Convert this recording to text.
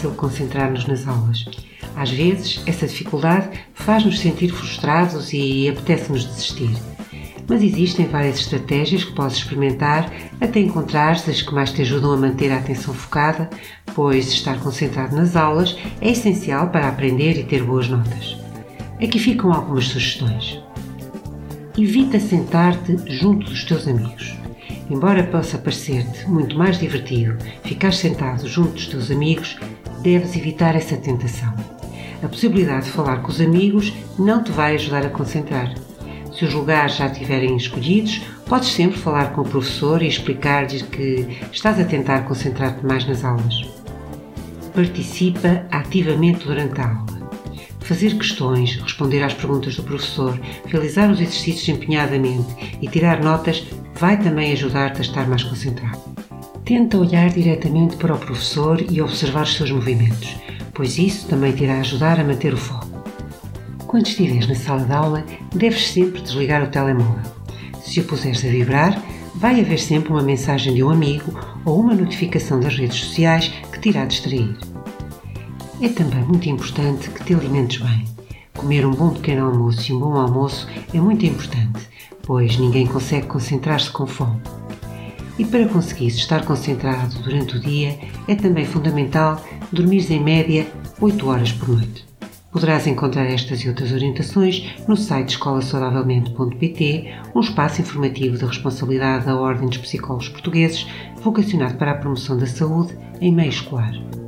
fácil concentrar-nos nas aulas. Às vezes, essa dificuldade faz-nos sentir frustrados e apetece-nos desistir. Mas existem várias estratégias que podes experimentar até encontrares as que mais te ajudam a manter a atenção focada, pois estar concentrado nas aulas é essencial para aprender e ter boas notas. Aqui ficam algumas sugestões. Evita sentar-te junto dos teus amigos. Embora possa parecer-te muito mais divertido ficar sentado junto dos teus amigos, deves evitar essa tentação. A possibilidade de falar com os amigos não te vai ajudar a concentrar. Se os lugares já estiverem escolhidos, podes sempre falar com o professor e explicar-lhe que estás a tentar concentrar-te mais nas aulas. Participa ativamente durante a aula. Fazer questões, responder às perguntas do professor, realizar os exercícios empenhadamente e tirar notas vai também ajudar-te a estar mais concentrado. Tenta olhar diretamente para o professor e observar os seus movimentos, pois isso também te irá ajudar a manter o foco. Quando estiveres na sala de aula, deves sempre desligar o telemóvel. Se o puseres a vibrar, vai haver sempre uma mensagem de um amigo ou uma notificação das redes sociais que te irá distrair. É também muito importante que te alimentes bem. Comer um bom pequeno almoço e um bom almoço é muito importante, pois ninguém consegue concentrar-se com fome. E para conseguires estar concentrado durante o dia, é também fundamental dormires em média 8 horas por noite. Poderás encontrar estas e outras orientações no site escolasaudavelmente.pt, um espaço informativo da responsabilidade da Ordem dos Psicólogos Portugueses, vocacionado para a promoção da saúde em meio escolar.